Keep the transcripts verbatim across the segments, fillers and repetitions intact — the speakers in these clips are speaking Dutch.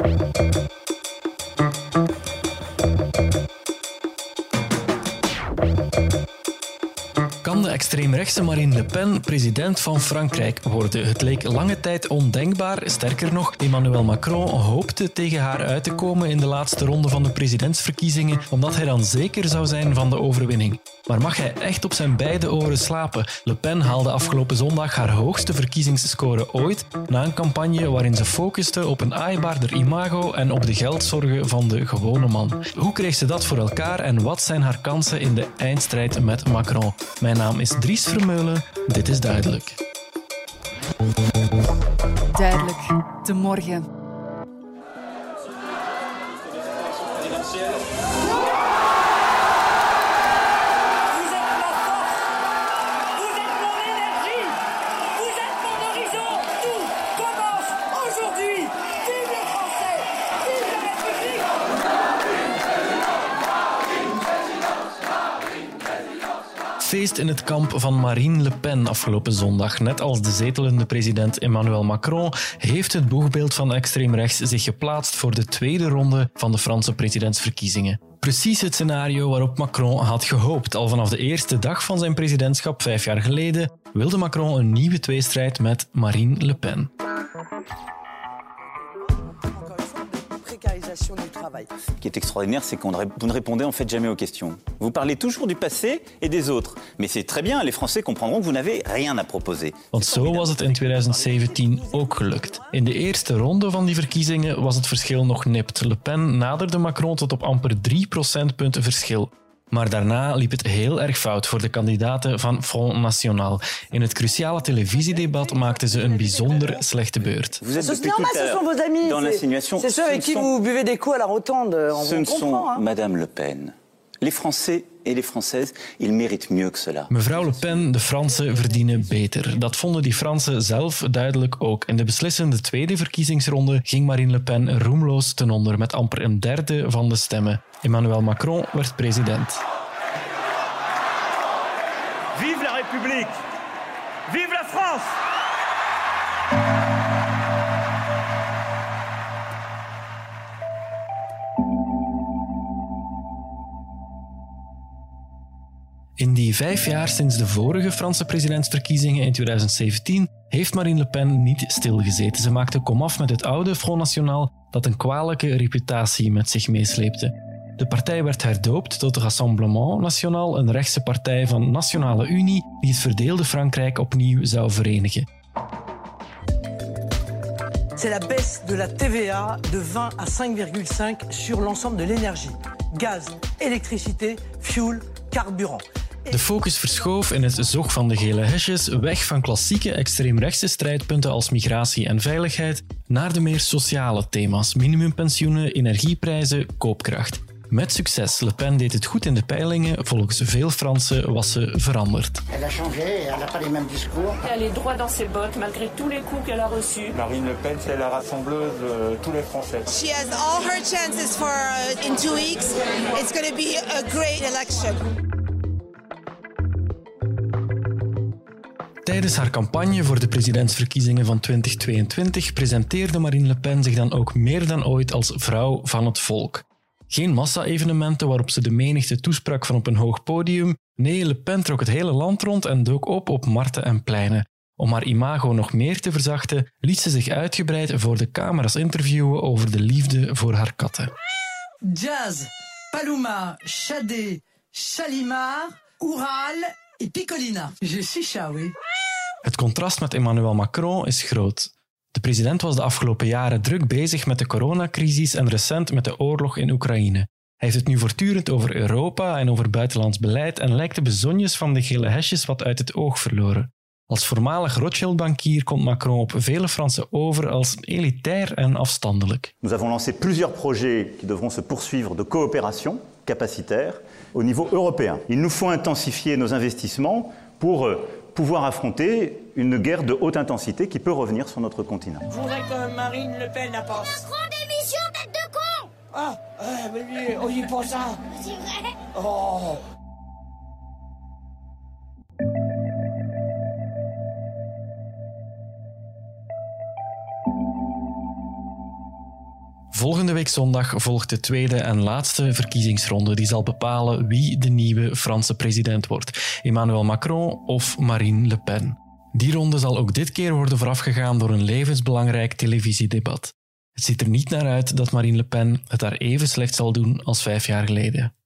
Kan de extreemrechtse Marine Le Pen president van Frankrijk worden? Het leek lange tijd ondenkbaar. Sterker nog, Emmanuel Macron hoopte tegen haar uit te komen in de laatste ronde van de presidentsverkiezingen, omdat hij dan zeker zou zijn van de overwinning. Maar mag hij echt op zijn beide oren slapen? Le Pen haalde afgelopen zondag haar hoogste verkiezingsscore ooit, na een campagne waarin ze focuste op een aaibaarder imago en op de geldzorgen van de gewone man. Hoe kreeg ze dat voor elkaar en wat zijn haar kansen in de eindstrijd met Macron? Mijn naam is Dries Vermeulen, dit is Duidelijk. Duidelijk, de morgen. Feest in het kamp van Marine Le Pen afgelopen zondag. Net als de zetelende president Emmanuel Macron heeft het boegbeeld van extreemrechts zich geplaatst voor de tweede ronde van de Franse presidentsverkiezingen. Precies het scenario waarop Macron had gehoopt. Al vanaf de eerste dag van zijn presidentschap vijf jaar geleden wilde Macron een nieuwe tweestrijd met Marine Le Pen. Ce qui est extraordinaire, c'est que vous ne répondez en fait jamais aux questions. Vous parlez toujours du passé et des autres. Mais c'est très bien, les Français comprendront que vous n'avez rien à proposer. Want zo was het in twintig zeventien ook gelukt. In de eerste ronde van die verkiezingen was het verschil nog nipt. Le Pen naderde Macron tot op amper drie procentpunten verschil. Maar daarna liep het heel erg fout voor de kandidaten van Front National. In het cruciale televisiedebat maakten ze een bijzonder slechte beurt. Vous êtes depuis tout à l'heure dans l'insinuation. C'est ceux avec qui vous buvez des coups à la rotonde. On Ce ne sont Madame Le Pen. Les Français et les Françaises, ils méritent mieux que cela. Mevrouw Le Pen, de Fransen verdienen beter. Dat vonden die Fransen zelf duidelijk ook. In de beslissende tweede verkiezingsronde ging Marine Le Pen roemloos ten onder met amper een derde van de stemmen. Emmanuel Macron werd president. Vive la République! Vive la France! In die vijf jaar sinds de vorige Franse presidentsverkiezingen in twintig zeventien heeft Marine Le Pen niet stilgezeten. Ze maakte komaf met het oude Front National dat een kwalijke reputatie met zich meesleepte. De partij werd herdoopt tot Rassemblement National, een rechtse partij van Nationale Unie die het verdeelde Frankrijk opnieuw zou verenigen. C'est la baisse de la T V A de vingt à cinq virgule cinq sur l'ensemble de l'énergie. Gaz, électricité, fuel, carburant. De focus verschoof in het zog van de gele hesjes weg van klassieke extreemrechtse strijdpunten als migratie en veiligheid naar de meer sociale thema's, minimumpensioenen, energieprijzen, koopkracht. Met succes. Le Pen deed het goed in de peilingen. Volgens veel Fransen was ze veranderd. Elle a changé, elle n'a pas les mêmes discours. Elle est droit dans ses bottes malgré tous les coups qu'elle a reçus. Marine Le Pen, c'est la rassembleuse de tous les Français. She has all her chances for uh, in two weeks. It's going to be a great election. Tijdens haar campagne voor de presidentsverkiezingen van twintig tweeëntwintig presenteerde Marine Le Pen zich dan ook meer dan ooit als vrouw van het volk. Geen massa-evenementen waarop ze de menigte toesprak van op een hoog podium. Nee, Le Pen trok het hele land rond en dook op op markten en pleinen. Om haar imago nog meer te verzachten, liet ze zich uitgebreid voor de camera's interviewen over de liefde voor haar katten. Jazz, Paloma, Chadé, Chalimar, Oural et Piccolina. Je suis Chaoui. Het contrast met Emmanuel Macron is groot. De president was de afgelopen jaren druk bezig met de coronacrisis en recent met de oorlog in Oekraïne. Hij heeft het nu voortdurend over Europa en over buitenlands beleid en lijkt de bezonjes van de gele hesjes wat uit het oog verloren. Als voormalig Rothschild-bankier komt Macron op vele Fransen over als elitair en afstandelijk. Nous avons lancé plusieurs projets qui devront se poursuivre de coopération capacitaire au niveau européen. Il nous faut intensifier nos investissements pour pouvoir affronter une guerre de haute intensité qui peut revenir sur notre continent. Je voudrais que Marine Le Pen la passe. Macron démission, tête de con! Ah, euh, mais lui, on y pense ça. C'est vrai? Oh. Volgende week zondag volgt de tweede en laatste verkiezingsronde die zal bepalen wie de nieuwe Franse president wordt. Emmanuel Macron of Marine Le Pen. Die ronde zal ook dit keer worden voorafgegaan door een levensbelangrijk televisiedebat. Het ziet er niet naar uit dat Marine Le Pen het daar even slecht zal doen als vijf jaar geleden.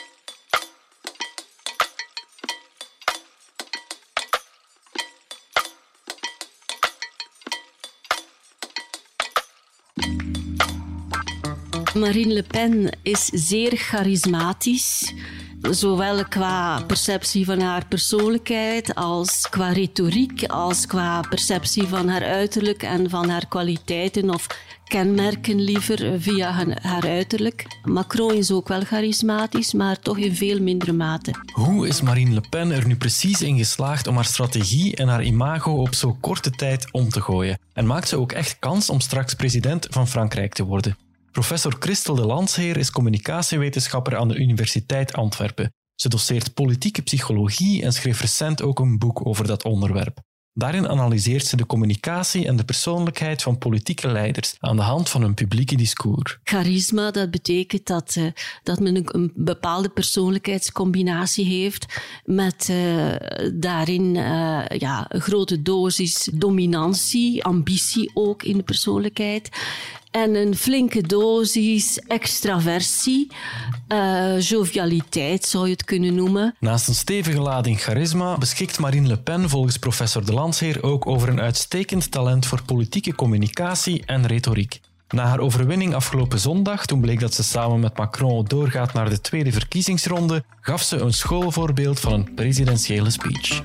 Marine Le Pen is zeer charismatisch, zowel qua perceptie van haar persoonlijkheid als qua retoriek, als qua perceptie van haar uiterlijk en van haar kwaliteiten of kenmerken liever via haar uiterlijk. Macron is ook wel charismatisch, maar toch in veel mindere mate. Hoe is Marine Le Pen er nu precies in geslaagd om haar strategie en haar imago op zo korte tijd om te gooien? En maakt ze ook echt kans om straks president van Frankrijk te worden? Professor Christel de Landsheer is communicatiewetenschapper aan de Universiteit Antwerpen. Ze doseert politieke psychologie en schreef recent ook een boek over dat onderwerp. Daarin analyseert ze de communicatie en de persoonlijkheid van politieke leiders aan de hand van hun publieke discours. Charisma, dat betekent dat, uh, dat men een, een bepaalde persoonlijkheidscombinatie heeft met uh, daarin uh, ja, een grote dosis dominantie, ambitie ook in de persoonlijkheid. En een flinke dosis extraversie, uh, jovialiteit zou je het kunnen noemen. Naast een stevige lading charisma beschikt Marine Le Pen volgens professor de Landsheer ook over een uitstekend talent voor politieke communicatie en retoriek. Na haar overwinning afgelopen zondag, toen bleek dat ze samen met Macron doorgaat naar de tweede verkiezingsronde, gaf ze een schoolvoorbeeld van een presidentiële speech.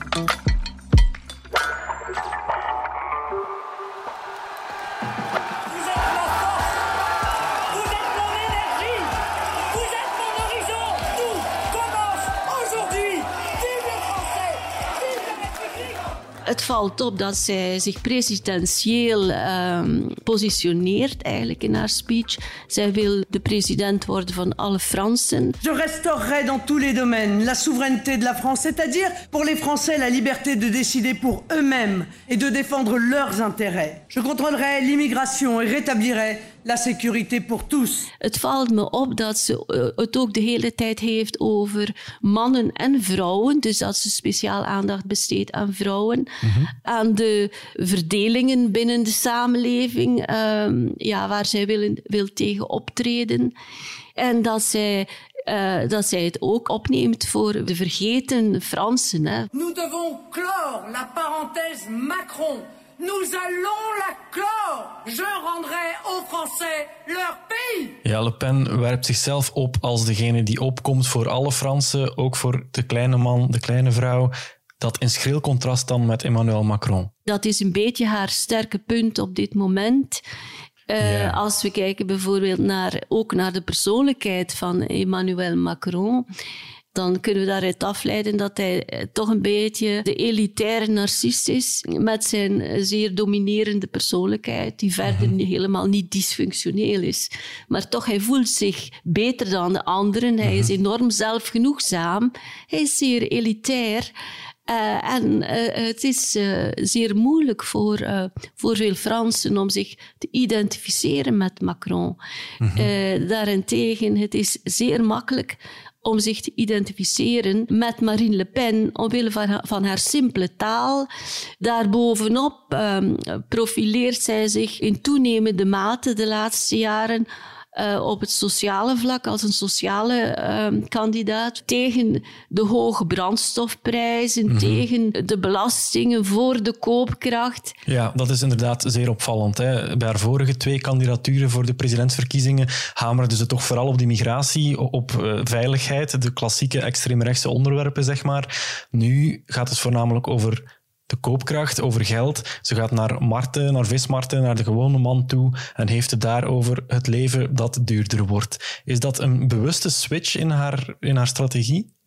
Het valt op dat zij zich presidentieel uh, positioneert eigenlijk in haar speech. Zij wil de president worden van alle Fransen. Je restaurerai dans tous les domaines la souveraineté de la France, c'est-à-dire pour les Français la liberté de décider pour eux-mêmes et de défendre leurs intérêts. Je contrôlerai l'immigration et rétablirai la sécurité pour tous. Het valt me op dat ze uh, het ook de hele tijd heeft over mannen en vrouwen. Dus dat ze speciaal aandacht besteedt aan vrouwen. Mm-hmm. Aan de verdelingen binnen de samenleving, um, ja, waar zij wil, wil tegen optreden. En dat zij, uh, dat zij het ook opneemt voor de vergeten Fransen. Hè. Nous devons clore la parenthèse Macron. Nous allons la clore. Je rendrai aux Français leur pays. Ja, Le Pen werpt zichzelf op als degene die opkomt voor alle Fransen, ook voor de kleine man, de kleine vrouw. Dat in schril contrast dan met Emmanuel Macron. Dat is een beetje haar sterke punt op dit moment. Uh, yeah. Als we kijken bijvoorbeeld naar, ook naar de persoonlijkheid van Emmanuel Macron, dan kunnen we daaruit afleiden dat hij toch een beetje de elitaire narcist is, met zijn zeer dominerende persoonlijkheid, die verder mm-hmm. helemaal niet dysfunctioneel is. Maar toch, hij voelt zich beter dan de anderen. Hij mm-hmm. is enorm zelfgenoegzaam. Hij is zeer elitair. Uh, en uh, het is uh, zeer moeilijk voor, uh, voor veel Fransen om zich te identificeren met Macron. Mm-hmm. Uh, daarentegen, het is zeer makkelijk om zich te identificeren met Marine Le Pen omwille van haar, van haar simpele taal. Daarbovenop um, profileert zij zich in toenemende mate de laatste jaren Uh, op het sociale vlak als een sociale uh, kandidaat tegen de hoge brandstofprijzen, mm-hmm. tegen de belastingen voor de koopkracht. Ja, dat is inderdaad zeer opvallend. Hè. Bij haar vorige twee kandidaturen voor de presidentsverkiezingen hamerde ze toch vooral op die migratie, op uh, veiligheid, de klassieke extreemrechtse onderwerpen, zeg maar. Nu gaat het voornamelijk over de koopkracht, over geld. Ze gaat naar markten, naar vismarkten, naar de gewone man toe en heeft het daarover het leven dat duurder wordt. Is dat een bewuste switch in haar, in haar strategie?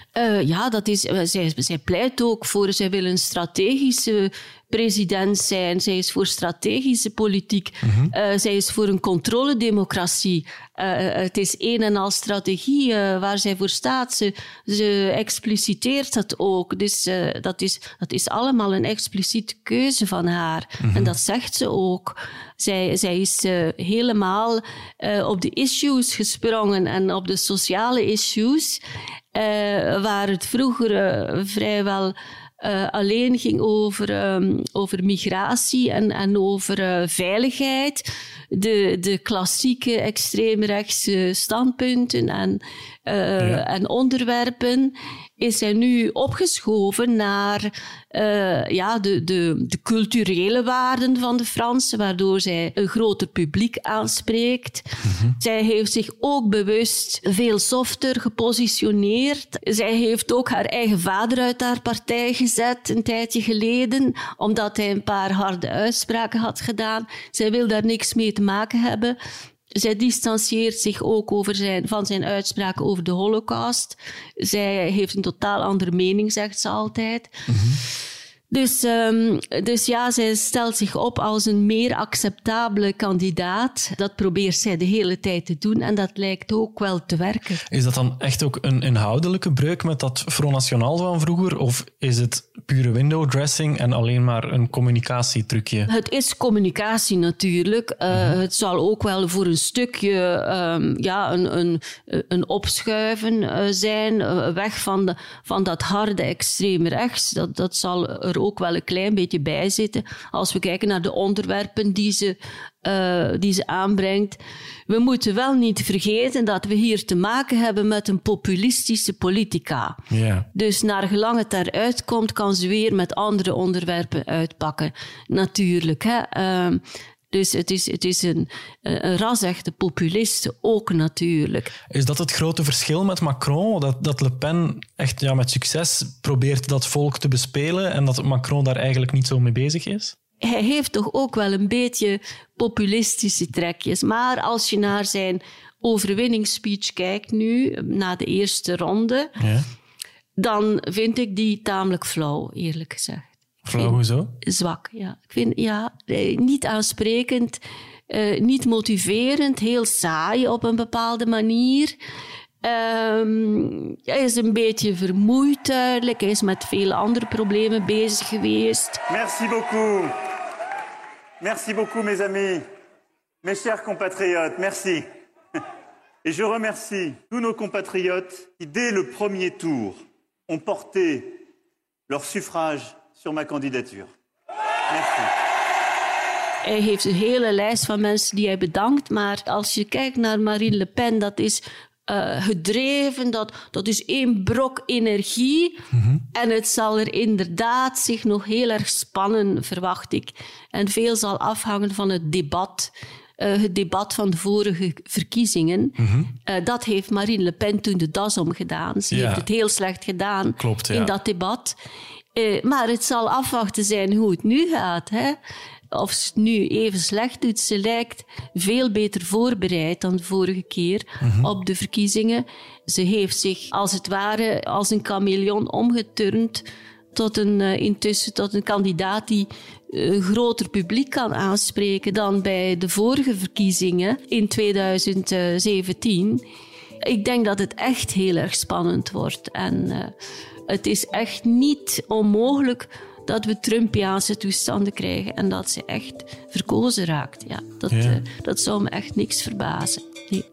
Uh, ja, dat is, uh, zij, zij pleit ook voor, zij wil een strategische president zijn. Zij is voor strategische politiek. Mm-hmm. Uh, zij is voor een controledemocratie. Uh, het is een en al strategie uh, waar zij voor staat. Ze, ze expliciteert dat ook. Dus uh, dat, is, dat is allemaal een expliciete keuze van haar. Mm-hmm. En dat zegt ze ook. Zij, zij is uh, helemaal uh, op de issues gesprongen en op de sociale issues. Uh, waar het vroeger uh, vrijwel uh, alleen ging over, um, over migratie en, en over uh, veiligheid. De, de klassieke extreemrechtse standpunten en, uh, ja. en onderwerpen is hij nu opgeschoven naar uh, ja, de, de, de culturele waarden van de Fransen, waardoor zij een groter publiek aanspreekt. Mm-hmm. Zij heeft zich ook bewust veel softer gepositioneerd. Zij heeft ook haar eigen vader uit haar partij gezet een tijdje geleden, omdat hij een paar harde uitspraken had gedaan. Zij wil daar niks mee te maken hebben. Zij distancieert zich ook over zijn, van zijn uitspraken over de Holocaust. Zij heeft een totaal andere mening, zegt ze altijd. Mm-hmm. Dus, um, dus ja, zij stelt zich op als een meer acceptabele kandidaat. Dat probeert zij de hele tijd te doen en dat lijkt ook wel te werken. Is dat dan echt ook een inhoudelijke breuk met dat Front National van vroeger? Of is het pure window dressing en alleen maar een communicatietrucje? Het is communicatie natuurlijk. Uh, mm-hmm. Het zal ook wel voor een stukje um, ja, een, een, een opschuiven uh, zijn. Uh, weg van, de, van dat harde extreem rechts. Dat, dat zal er ook wel een klein beetje bij zitten. Als we kijken naar de onderwerpen die ze, uh, die ze aanbrengt. We moeten wel niet vergeten dat we hier te maken hebben met een populistische politica. Yeah. Dus naar gelang het daaruit komt, kan ze weer met andere onderwerpen uitpakken. Natuurlijk, hè. Uh, Dus het is, het is een, een ras-echte populist ook natuurlijk. Is dat het grote verschil met Macron? Dat, dat Le Pen echt ja, met succes probeert dat volk te bespelen en dat Macron daar eigenlijk niet zo mee bezig is? Hij heeft toch ook wel een beetje populistische trekjes. Maar als je naar zijn overwinningsspeech kijkt nu, na de eerste ronde, ja. dan vind ik die tamelijk flauw, eerlijk gezegd. Flauw, hoezo? Zwak, ja. Ik vind, ja, niet aansprekend, uh, niet motiverend, heel saai op een bepaalde manier. Um, hij is een beetje vermoeid, duidelijk. Hij is met veel andere problemen bezig geweest. Merci beaucoup. Merci beaucoup, mes amis. Mes chers compatriotes, merci. Et je remercie tous nos compatriotes qui, dès le premier tour, ont porté leur suffrage sur ma candidature. Merci. Hij heeft een hele lijst van mensen die hij bedankt, maar als je kijkt naar Marine Le Pen, dat is uh, gedreven, dat, dat is één brok energie. Mm-hmm. En het zal er inderdaad zich nog heel erg spannen, verwacht ik. En veel zal afhangen van het debat. Uh, het debat van de vorige verkiezingen. Mm-hmm. Uh, dat heeft Marine Le Pen toen de das omgedaan. Ze ja. heeft het heel slecht gedaan Klopt, ja. in dat debat. Uh, maar het zal afwachten zijn hoe het nu gaat. Hè? Of ze het nu even slecht doet. Ze lijkt veel beter voorbereid dan de vorige keer mm-hmm. op de verkiezingen. Ze heeft zich als het ware als een chameleon omgeturnd tot een, uh, intussen tot een kandidaat die een groter publiek kan aanspreken dan bij de vorige verkiezingen in tweeduizend zeventien. Ik denk dat het echt heel erg spannend wordt. En uh, het is echt niet onmogelijk dat we Trumpiaanse toestanden krijgen en dat ze echt verkozen raakt. Ja, dat, ja. Uh, dat zou me echt niks verbazen. Nee.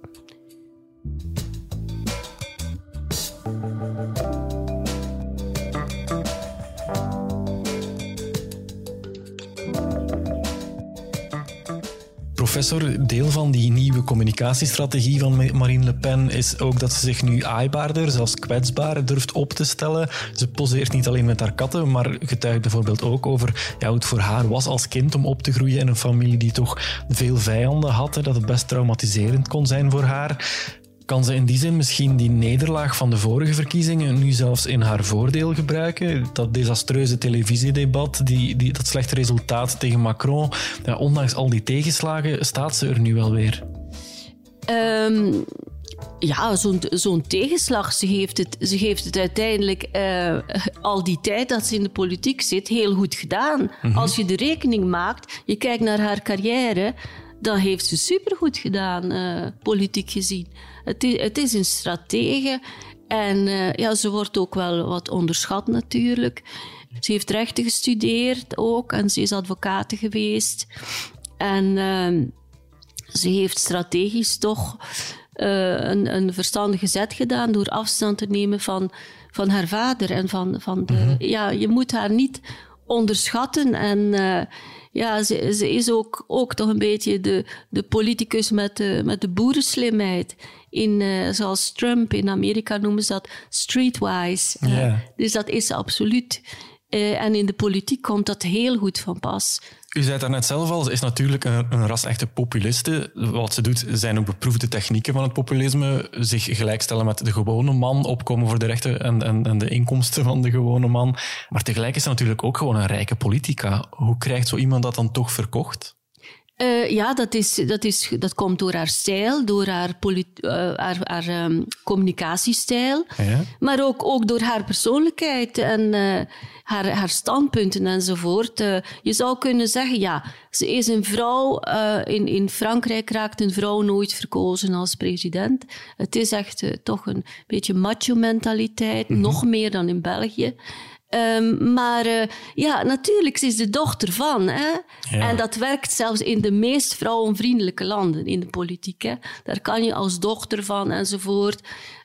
Professor, deel van die nieuwe communicatiestrategie van Marine Le Pen is ook dat ze zich nu aaibaarder, zelfs kwetsbaar, durft op te stellen. Ze poseert niet alleen met haar katten, maar getuigt bijvoorbeeld ook over ja, hoe het voor haar was als kind om op te groeien in een familie die toch veel vijanden had, hè, dat het best traumatiserend kon zijn voor haar. Kan ze in die zin misschien die nederlaag van de vorige verkiezingen nu zelfs in haar voordeel gebruiken? Dat desastreuze televisiedebat, die, die, dat slechte resultaat tegen Macron, ja, ondanks al die tegenslagen staat ze er nu wel weer. Um, Ja, zo'n, zo'n tegenslag. Ze heeft het, ze heeft het uiteindelijk uh, al die tijd dat ze in de politiek zit heel goed gedaan. Mm-hmm. Als je de rekening maakt, je kijkt naar haar carrière, dan heeft ze supergoed gedaan, uh, politiek gezien. Het is, het is een stratege en uh, ja, ze wordt ook wel wat onderschat natuurlijk. Ze heeft rechten gestudeerd ook en ze is advocate geweest. En uh, ze heeft strategisch toch uh, een, een verstandige zet gedaan door afstand te nemen van, van haar vader. En van, van de, mm-hmm. ja, je moet haar niet onderschatten. En uh, ja, ze, ze is ook, ook toch een beetje de, de politicus met de, met de boerenslimheid. In, uh, zoals Trump in Amerika noemen ze dat streetwise. Yeah. Uh, dus dat is ze absoluut. Uh, en in de politiek komt dat heel goed van pas. U zei het daarnet zelf al, ze is natuurlijk een, een ras-echte populiste. Wat ze doet, zijn ook beproefde technieken van het populisme. Zich gelijkstellen met de gewone man, opkomen voor de rechten en, en, en de inkomsten van de gewone man. Maar tegelijk is ze natuurlijk ook gewoon een rijke politica. Hoe krijgt zo iemand dat dan toch verkocht? Uh, ja, dat, is, dat, is, dat komt door haar stijl, door haar, polit- uh, haar, haar um, communicatiestijl, ja. maar ook, ook door haar persoonlijkheid en uh, haar, haar standpunten enzovoort. Uh, je zou kunnen zeggen, ja, ze is een vrouw. Uh, in, in Frankrijk raakt een vrouw nooit verkozen als president. Het is echt uh, toch een beetje macho-mentaliteit, mm-hmm. nog meer dan in België. Um, maar uh, ja, natuurlijk, ze is de dochter van. Hè? Ja. En dat werkt zelfs in de meest vrouwenvriendelijke landen in de politiek. Hè? Daar kan je als dochter van enzovoort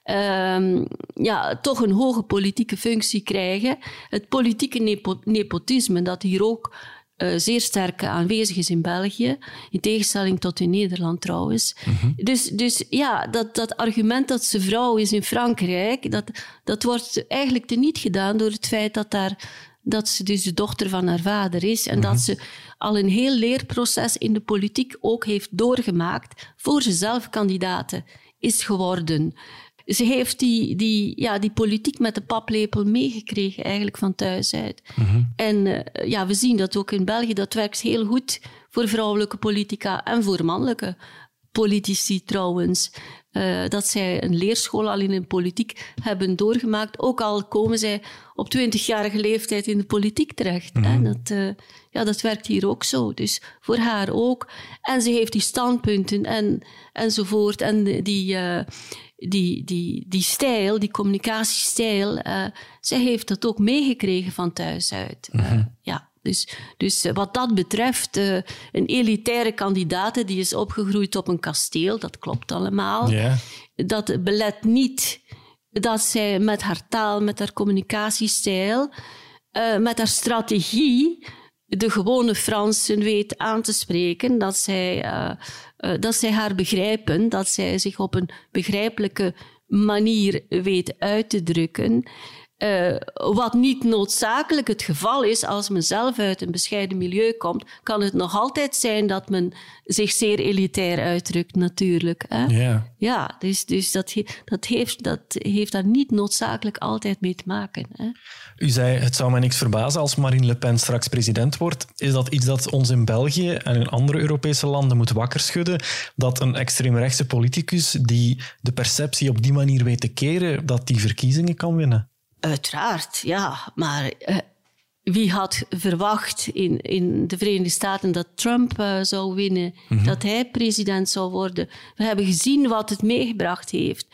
um, ja, toch een hoge politieke functie krijgen. Het politieke nepo- nepotisme, dat hier ook uh, zeer sterk aanwezig is in België, in tegenstelling tot in Nederland trouwens. Mm-hmm. Dus, dus ja, dat, dat argument dat ze vrouw is in Frankrijk, dat, dat wordt eigenlijk teniet gedaan door het feit dat, daar, dat ze dus de dochter van haar vader is en mm-hmm. dat ze al een heel leerproces in de politiek ook heeft doorgemaakt voor ze zelf kandidate is geworden. Ze heeft die, die, ja, die politiek met de paplepel meegekregen eigenlijk van thuis uit. Mm-hmm. En uh, ja, we zien dat ook in België. Dat werkt heel goed voor vrouwelijke politica en voor mannelijke politici trouwens. Uh, dat zij een leerschool al in de politiek hebben doorgemaakt. Ook al komen zij op twintigjarige leeftijd in de politiek terecht. Mm-hmm. Hè? Dat, uh, ja, dat werkt hier ook zo. Dus voor haar ook. En ze heeft die standpunten en, enzovoort. En die... Uh, Die, die, die stijl, die communicatiestijl, uh, zij heeft dat ook meegekregen van thuis uit. Uh, mm-hmm. Ja, dus, dus wat dat betreft, uh, een elitaire kandidaat die is opgegroeid op een kasteel, dat klopt allemaal. Yeah. Dat belet niet dat zij met haar taal, met haar communicatiestijl, uh, met haar strategie de gewone Fransen weet aan te spreken, dat zij, uh, uh, dat zij haar begrijpen, dat zij zich op een begrijpelijke manier weet uit te drukken. Uh, wat niet noodzakelijk het geval is als men zelf uit een bescheiden milieu komt, kan het nog altijd zijn dat men zich zeer elitair uitdrukt, natuurlijk. Hè? Yeah. Ja, dus, dus dat, he, dat, heeft, dat heeft daar niet noodzakelijk altijd mee te maken. Hè? U zei, het zou mij niks verbazen als Marine Le Pen straks president wordt. Is dat iets dat ons in België en in andere Europese landen moet wakker schudden? Dat een extreemrechtse politicus die de perceptie op die manier weet te keren, dat die verkiezingen kan winnen? Uiteraard, ja. Maar uh, wie had verwacht in, in de Verenigde Staten dat Trump uh, zou winnen, mm-hmm. dat hij president zou worden? We hebben gezien wat het meegebracht heeft.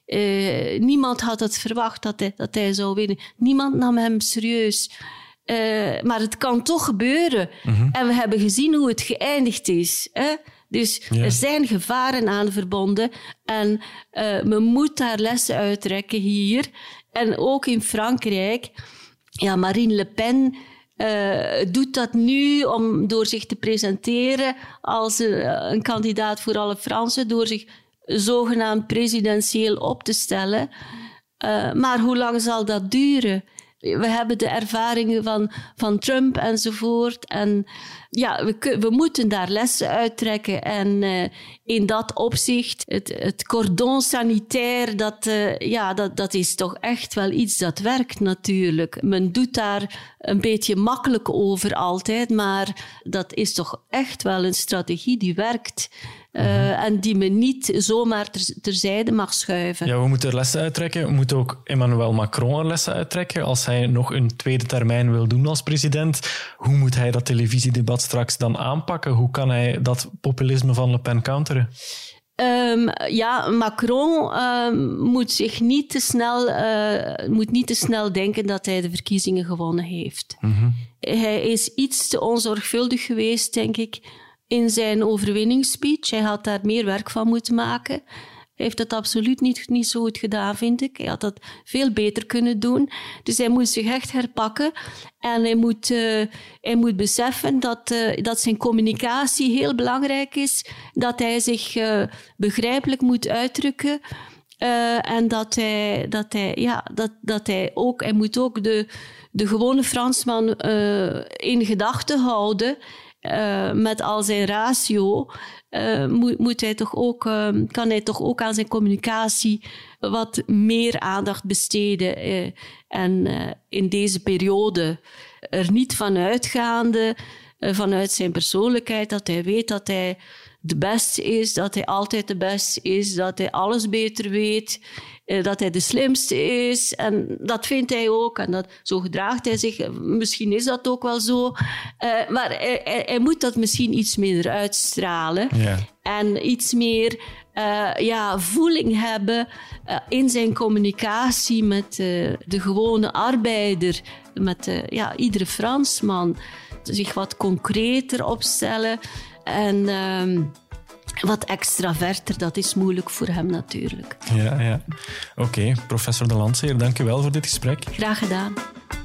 Uh, niemand had het verwacht dat hij, dat hij zou winnen. Niemand nam hem serieus. Uh, maar het kan toch gebeuren. Mm-hmm. En we hebben gezien hoe het geëindigd is. Hè? Dus yeah. er zijn gevaren aan verbonden. En uh, men moet daar lessen uittrekken hier. En ook in Frankrijk. Ja, Marine Le Pen uh, doet dat nu om, door zich te presenteren als een, een kandidaat voor alle Fransen, door zich zogenaamd presidentieel op te stellen. Uh, maar hoe lang zal dat duren? We hebben de ervaringen van, van Trump enzovoort. En ja, we, we moeten daar lessen uittrekken. En uh, in dat opzicht, het, het cordon sanitair, dat, uh, ja, dat, dat is toch echt wel iets dat werkt natuurlijk. Men doet daar een beetje makkelijk over altijd, maar dat is toch echt wel een strategie die werkt. Uh, mm-hmm. En die men niet zomaar ter, terzijde mag schuiven. Ja, we moeten er lessen uittrekken. We moeten ook Emmanuel Macron er lessen uittrekken. Als hij nog een tweede termijn wil doen als president, hoe moet hij dat televisiedebat straks dan aanpakken? Hoe kan hij dat populisme van Le Pen counteren? Um, ja, Macron um, moet zich niet te snel, uh, moet niet te snel denken dat hij de verkiezingen gewonnen heeft. Mm-hmm. Hij is iets te onzorgvuldig geweest, denk ik, in zijn overwinningsspeech. Hij had daar meer werk van moeten maken. Hij heeft dat absoluut niet, niet zo goed gedaan, vind ik. Hij had dat veel beter kunnen doen. Dus hij moet zich echt herpakken. En hij moet, uh, hij moet beseffen dat, uh, dat zijn communicatie heel belangrijk is. Dat hij zich uh, begrijpelijk moet uitdrukken. Uh, en dat hij, dat hij, ja, dat, dat hij ook... Hij moet ook de, de gewone Fransman uh, in gedachten houden... Uh, met al zijn ratio, uh, moet, moet hij toch ook, uh, kan hij toch ook aan zijn communicatie wat meer aandacht besteden. Uh, en uh, in deze periode er niet van uitgaande, uh, vanuit zijn persoonlijkheid, dat hij weet dat hij de beste is, dat hij altijd de beste is, dat hij alles beter weet, uh, dat hij de slimste is. En dat vindt hij ook. En dat, zo gedraagt hij zich. Misschien is dat ook wel zo. Uh, maar hij, hij, hij moet dat misschien iets minder uitstralen. Yeah. En iets meer uh, ja, voeling hebben uh, in zijn communicatie met uh, de gewone arbeider, met uh, ja, iedere Fransman. Zich wat concreter opstellen. En um, wat extraverter, dat is moeilijk voor hem natuurlijk. Ja, ja. Oké, okay, professor De Landsheer, dank u wel voor dit gesprek. Graag gedaan.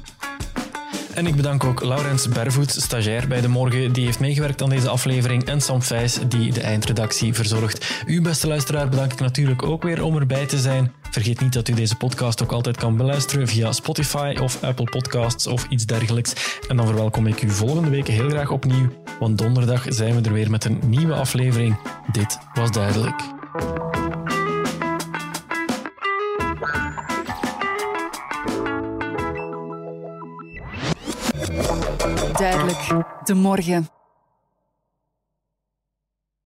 En ik bedank ook Laurens Bervoet, stagiair bij De Morgen, die heeft meegewerkt aan deze aflevering, en Sam Vijs, die de eindredactie verzorgt. U, beste luisteraar, bedank ik natuurlijk ook weer om erbij te zijn. Vergeet niet dat u deze podcast ook altijd kan beluisteren via Spotify of Apple Podcasts of iets dergelijks. En dan verwelkom ik u volgende week heel graag opnieuw, want donderdag zijn we er weer met een nieuwe aflevering. Dit was Duidelijk. Duidelijk, De Morgen.